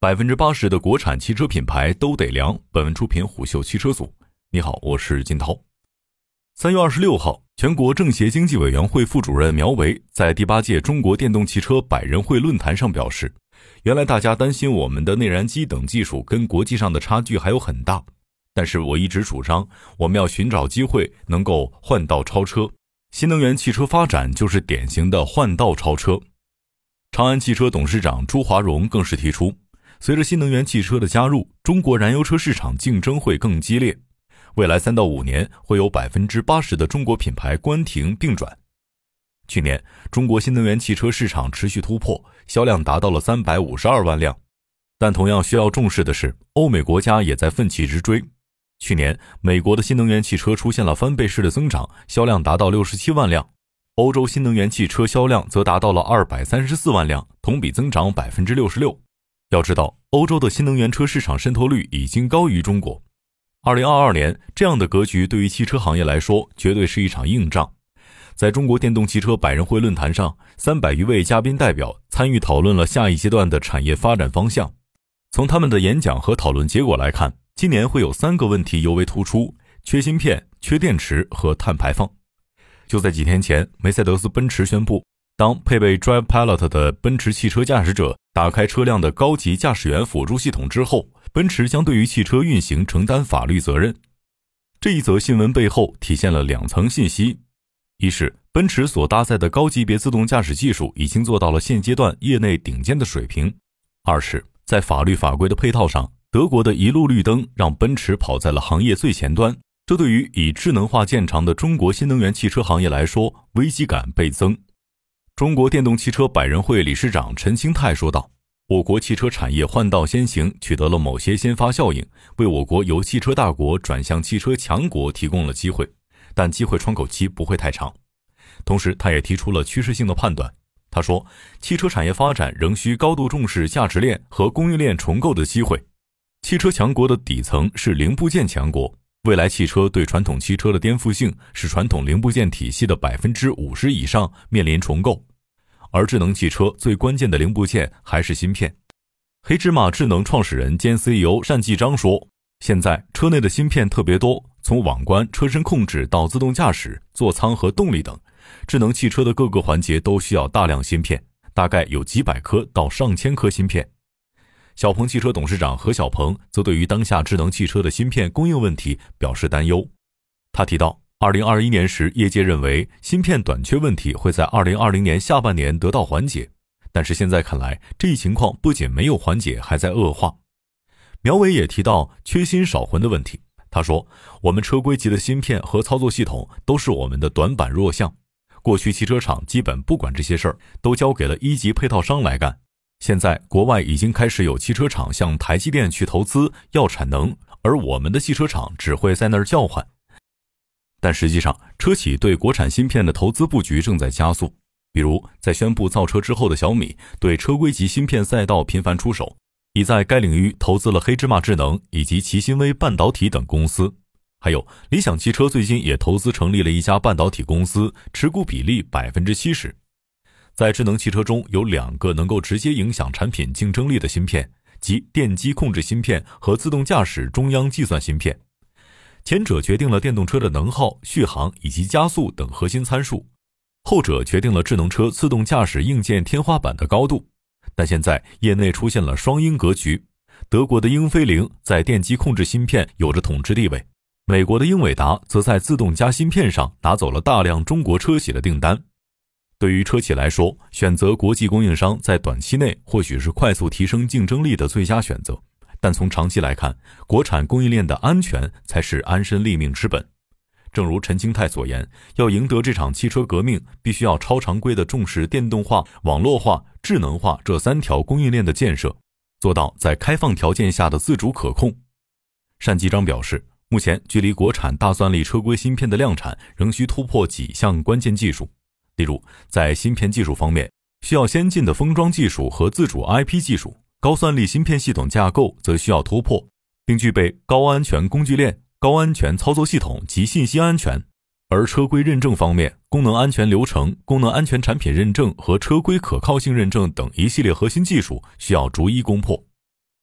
80%的国产汽车品牌都得凉。本文出品虎嗅汽车组。你好，我是金涛。3月26号，全国政协经济委员会副主任苗圩在第8届中国电动汽车百人会论坛上表示，原来大家担心我们的内燃机等技术跟国际上的差距还有很大，但是我一直主张我们要寻找机会能够换道超车，新能源汽车发展就是典型的换道超车。长安汽车董事长朱华荣更是提出，随着新能源汽车的加入，中国燃油车市场竞争会更激烈，未来3到5年会有80%的中国品牌关停并转。去年，中国新能源汽车市场持续突破，销量达到了352万辆。但同样需要重视的是，欧美国家也在奋起直追。去年，美国的新能源汽车出现了翻倍式的增长，销量达到67万辆。欧洲新能源汽车销量则达到了234万辆，同比增长66%。要知道，欧洲的新能源车市场渗透率已经高于中国。2022年，这样的格局对于汽车行业来说，绝对是一场硬仗。在中国电动汽车百人会论坛上，300余位嘉宾代表参与讨论了下一阶段的产业发展方向。从他们的演讲和讨论结果来看，今年会有3个问题尤为突出：缺芯片、缺电池和碳排放。就在几天前，梅赛德斯奔驰宣布，当配备 Drive Pilot 的奔驰汽车驾驶者打开车辆的高级驾驶员辅助系统之后，奔驰将对于汽车运行承担法律责任。这一则新闻背后体现了2层信息：一是奔驰所搭载的高级别自动驾驶技术已经做到了现阶段业内顶尖的水平；二是在法律法规的配套上，德国的一路绿灯让奔驰跑在了行业最前端，这对于以智能化见长的中国新能源汽车行业来说，危机感倍增。中国电动汽车百人会理事长陈清泰说道，我国汽车产业换道先行，取得了某些先发效应，为我国由汽车大国转向汽车强国提供了机会，但机会窗口期不会太长。同时他也提出了趋势性的判断，他说，汽车产业发展仍需高度重视价值链和供应链重构的机会。汽车强国的底层是零部件强国，未来汽车对传统汽车的颠覆性使传统零部件体系的50%以上面临重构，而智能汽车最关键的零部件还是芯片。黑芝麻智能创始人兼 CEO 单霁章说，现在车内的芯片特别多，从网关、车身控制到自动驾驶、座舱和动力等，智能汽车的各个环节都需要大量芯片，大概有几百颗到上千颗芯片。小鹏汽车董事长何小鹏则对于当下智能汽车的芯片供应问题表示担忧。他提到，2021年时业界认为芯片短缺问题会在2020年下半年得到缓解，但是现在看来，这一情况不仅没有缓解，还在恶化。苗圩也提到缺芯少魂的问题，他说，我们车规级的芯片和操作系统都是我们的短板弱项，过去汽车厂基本不管这些事儿，都交给了1级配套商来干。现在国外已经开始有汽车厂向台积电去投资要产能，而我们的汽车厂只会在那儿叫唤。但实际上，车企对国产芯片的投资布局正在加速，比如在宣布造车之后的小米对车规级芯片赛道频繁出手，已在该领域投资了黑芝麻智能以及奇芯微半导体等公司。还有理想汽车最近也投资成立了一家半导体公司，持股比例70%。在智能汽车中有2个能够直接影响产品竞争力的芯片，即电机控制芯片和自动驾驶中央计算芯片。前者决定了电动车的能耗、续航以及加速等核心参数，后者决定了智能车自动驾驶硬件天花板的高度。但现在业内出现了双鹰格局，德国的英飞凌在电机控制芯片有着统治地位，美国的英伟达则在自动加芯片上拿走了大量中国车企的订单。对于车企来说，选择国际供应商在短期内或许是快速提升竞争力的最佳选择，但从长期来看，国产供应链的安全才是安身立命之本。正如陈清泰所言，要赢得这场汽车革命，必须要超常规地重视电动化、网络化、智能化这3条供应链的建设，做到在开放条件下的自主可控。单霁章表示，目前距离国产大算力车规芯片的量产仍需突破几项关键技术，例如在芯片技术方面，需要先进的封装技术和自主 IP 技术，高算力芯片系统架构则需要突破，并具备高安全工具链、高安全操作系统及信息安全。而车规认证方面，功能安全流程、功能安全产品认证和车规可靠性认证等一系列核心技术需要逐一攻破。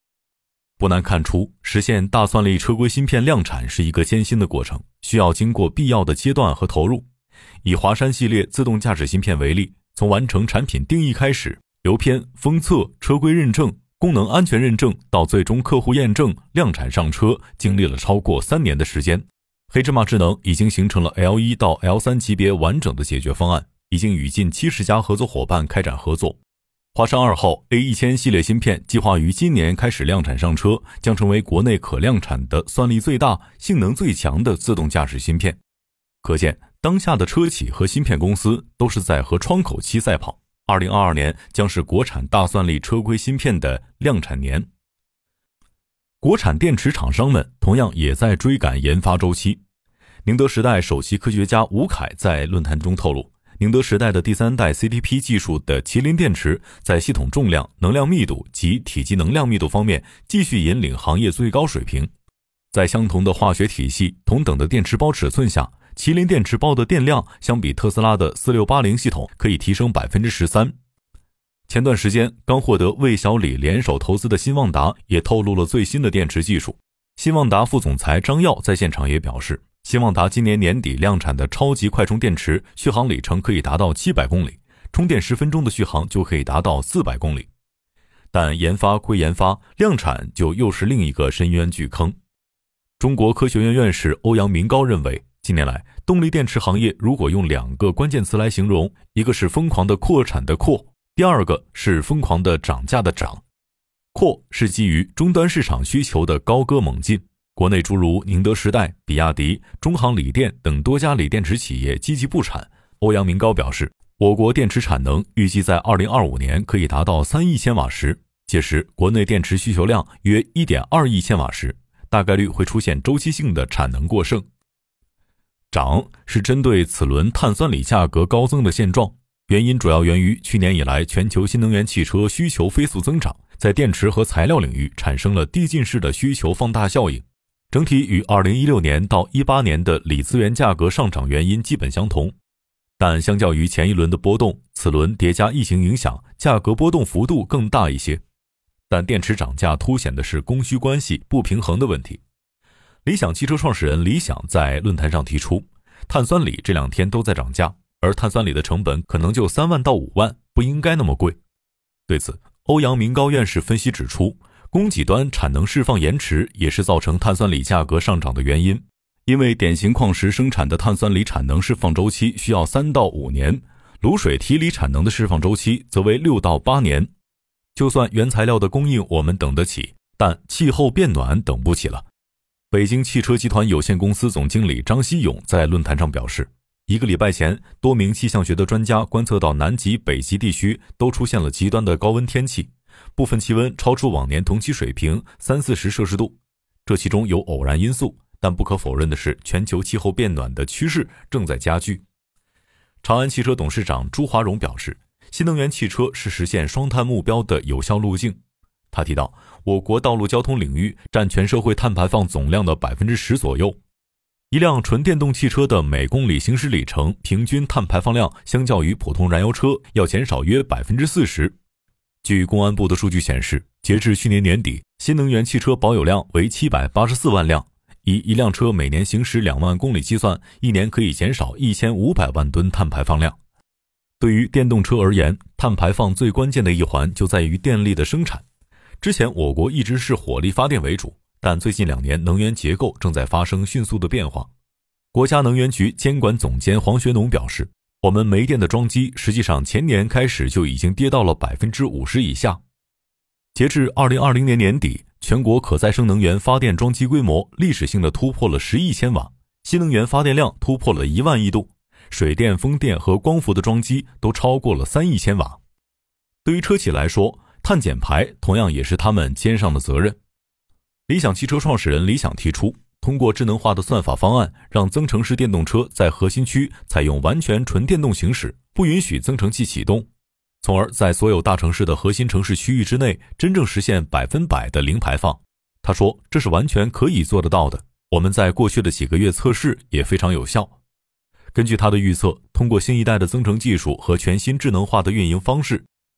不难看出，实现大算力车规芯片量产是一个艰辛的过程，需要经过必要的阶段和投入。以华山系列自动驾驶芯片为例，从完成产品定义开始，流片、封测、车规认证、功能安全认证到最终客户验证、量产上车，经历了超过3年的时间。黑芝麻智能已经形成了 L1 到 L3 级别完整的解决方案，已经与近70家合作伙伴开展合作。华山2号 A1000 系列芯片计划于今年开始量产上车，将成为国内可量产的算力最大、性能最强的自动驾驶芯片。可见，当下的车企和芯片公司都是在和窗口期赛跑。2022年将是国产大算力车规芯片的量产年。国产电池厂商们同样也在追赶研发周期。宁德时代首席科学家吴凯在论坛中透露，宁德时代的第3代 CTP 技术的麒麟电池在系统重量、能量密度及体积能量密度方面继续引领行业最高水平。在相同的化学体系、同等的电池包尺寸下，麒麟电池包的电量相比特斯拉的4680系统可以提升 13%。前段时间刚获得魏小李联手投资的新旺达也透露了最新的电池技术。新旺达副总裁张耀在现场也表示，新旺达今年年底量产的超级快充电池续航里程可以达到700公里，充电10分钟的续航就可以达到400公里。但研发归研发，量产就又是另一个深渊巨坑。中国科学院院士欧阳明高认为，近年来动力电池行业如果用2个关键词来形容，一个是疯狂的扩产的扩，第二个是疯狂的涨价的涨。扩是基于终端市场需求的高歌猛进，国内诸如宁德时代、比亚迪、中航锂电等多家锂电池企业积极布产。欧阳明高表示，我国电池产能预计在2025年可以达到3亿千瓦时，届时国内电池需求量约 1.2 亿千瓦时，大概率会出现周期性的产能过剩。涨是针对此轮碳酸锂价格高增的现状，原因主要源于去年以来全球新能源汽车需求飞速增长，在电池和材料领域产生了递进式的需求放大效应，整体与2016年到18年的锂资源价格上涨原因基本相同。但相较于前一轮的波动，此轮叠加疫情影响，价格波动幅度更大一些。但电池涨价凸显的是供需关系不平衡的问题。理想汽车创始人李想在论坛上提出，碳酸锂这2天都在涨价，而碳酸锂的成本可能就3万到5万，不应该那么贵。对此，欧阳明高院士分析指出，供给端产能释放延迟也是造成碳酸锂价格上涨的原因。因为典型矿石生产的碳酸锂产能释放周期需要3到5年，卤水提锂产能的释放周期则为6到8年。就算原材料的供应我们等得起，但气候变暖等不起了。北京汽车集团有限公司总经理张希勇在论坛上表示，1个礼拜前，多名气象学的专家观测到南极、北极地区都出现了极端的高温天气，部分气温超出往年同期水平30-40摄氏度。这其中有偶然因素，但不可否认的是，全球气候变暖的趋势正在加剧。长安汽车董事长朱华荣表示，新能源汽车是实现双碳目标的有效路径。他提到，我国道路交通领域占全社会碳排放总量的 10% 左右。一辆纯电动汽车的每公里行驶里程平均碳排放量相较于普通燃油车要减少约 40%。据公安部的数据显示，截至去年年底，新能源汽车保有量为784万辆，以一辆车每年行驶2万公里计算，一年可以减少1500万吨碳排放量。对于电动车而言，碳排放最关键的一环就在于电力的生产。之前我国一直是火力发电为主，但最近2年能源结构正在发生迅速的变化。国家能源局监管总监黄学农表示，我们煤电的装机实际上前年开始就已经跌到了 50% 以下。截至2020年年底，全国可再生能源发电装机规模历史性的突破了10亿千瓦，新能源发电量突破了1万亿度，水电、风电和光伏的装机都超过了3亿千瓦。对于车企来说，碳减排同样也是他们肩上的责任。理想汽车创始人李想提出，通过智能化的算法方案，让增程式电动车在核心区采用完全纯电动行驶，不允许增程器启动，从而在所有大城市的核心城市区域之内真正实现100%的零排放。他说，这是完全可以做得到的，我们在过去的几个月测试也非常有效。根据他的预测，通过新一代的增程技术和全新智能化的运营方式，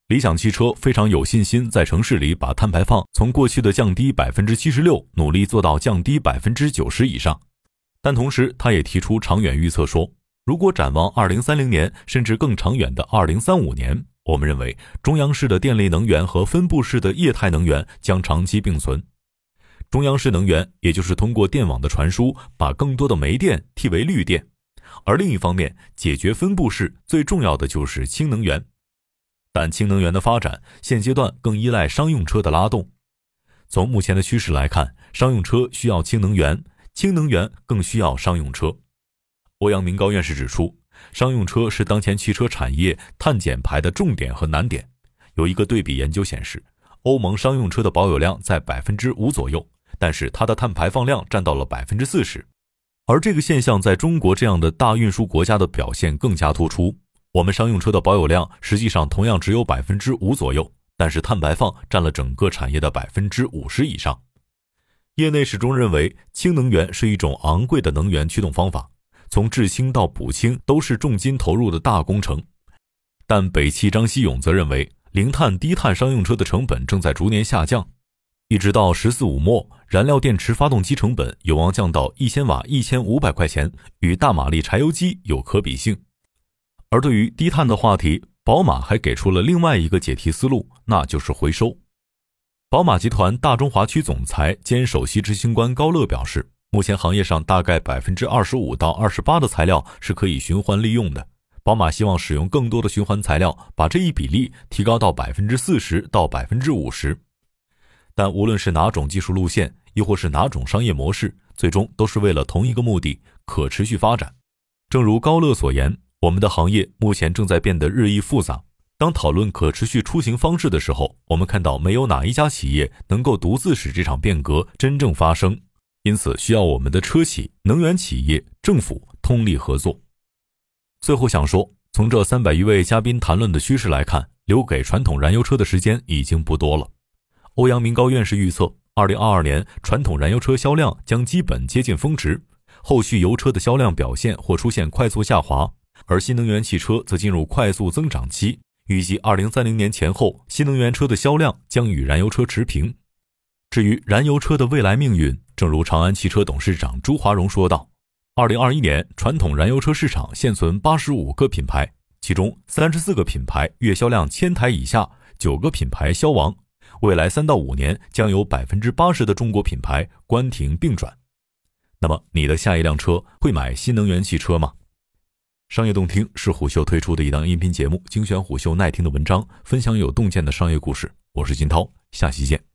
理想汽车非常有信心在城市里把碳排放从过去的降低 76%努力做到降低 90% 以上。但同时他也提出长远预测说，如果展望2030年甚至更长远的2035年，我们认为中央式的电力能源和分布式的液态能源将长期并存。中央式能源也就是通过电网的传输把更多的煤电替为绿电，而另一方面解决分布式最重要的就是氢能源。但氢能源的发展现阶段更依赖商用车的拉动。从目前的趋势来看，商用车需要氢能源，氢能源更需要商用车。欧阳明高院士指出，商用车是当前汽车产业碳减排的重点和难点。有一个对比研究显示，欧盟商用车的保有量在 5% 左右，但是它的碳排放量占到了 40%。而这个现象在中国这样的大运输国家的表现更加突出。我们商用车的保有量实际上同样只有 5% 左右，但是碳排放占了整个产业的 50% 以上。业内始终认为氢能源是一种昂贵的能源驱动方法，从制氢到补氢都是重金投入的大工程。但北汽张锡勇则认为，零碳低碳商用车的成本正在逐年下降，一直到14.5末，燃料电池发动机成本有望降到1千瓦1500块钱，与大马力柴油机有可比性。而对于低碳的话题，宝马还给出了另外一个解题思路，那就是回收。宝马集团大中华区总裁兼首席执行官高乐表示，目前行业上大概 25% 到 28% 的材料是可以循环利用的，宝马希望使用更多的循环材料，把这一比例提高到 40% 到 50%。但无论是哪种技术路线，亦或是哪种商业模式，最终都是为了同一个目的，可持续发展。正如高乐所言，我们的行业目前正在变得日益复杂。当讨论可持续出行方式的时候，我们看到没有哪一家企业能够独自使这场变革真正发生，因此需要我们的车企、能源企业、政府通力合作。最后想说，从这300余位嘉宾谈论的趋势来看，留给传统燃油车的时间已经不多了。欧阳明高院士预测，2022年传统燃油车销量将基本接近峰值，后续油车的销量表现或出现快速下滑，而新能源汽车则进入快速增长期，预计2030年前后，新能源车的销量将与燃油车持平。至于燃油车的未来命运，正如长安汽车董事长朱华荣说道，2021年传统燃油车市场现存85个品牌，其中34个品牌月销量1000台以下，9个品牌消亡，未来3到5年将有 80% 的中国品牌关停并转。那么你的下一辆车会买新能源汽车吗？商业洞听是虎嗅推出的一档音频节目，精选虎嗅耐听的文章，分享有洞见的商业故事。我是金涛，下期见。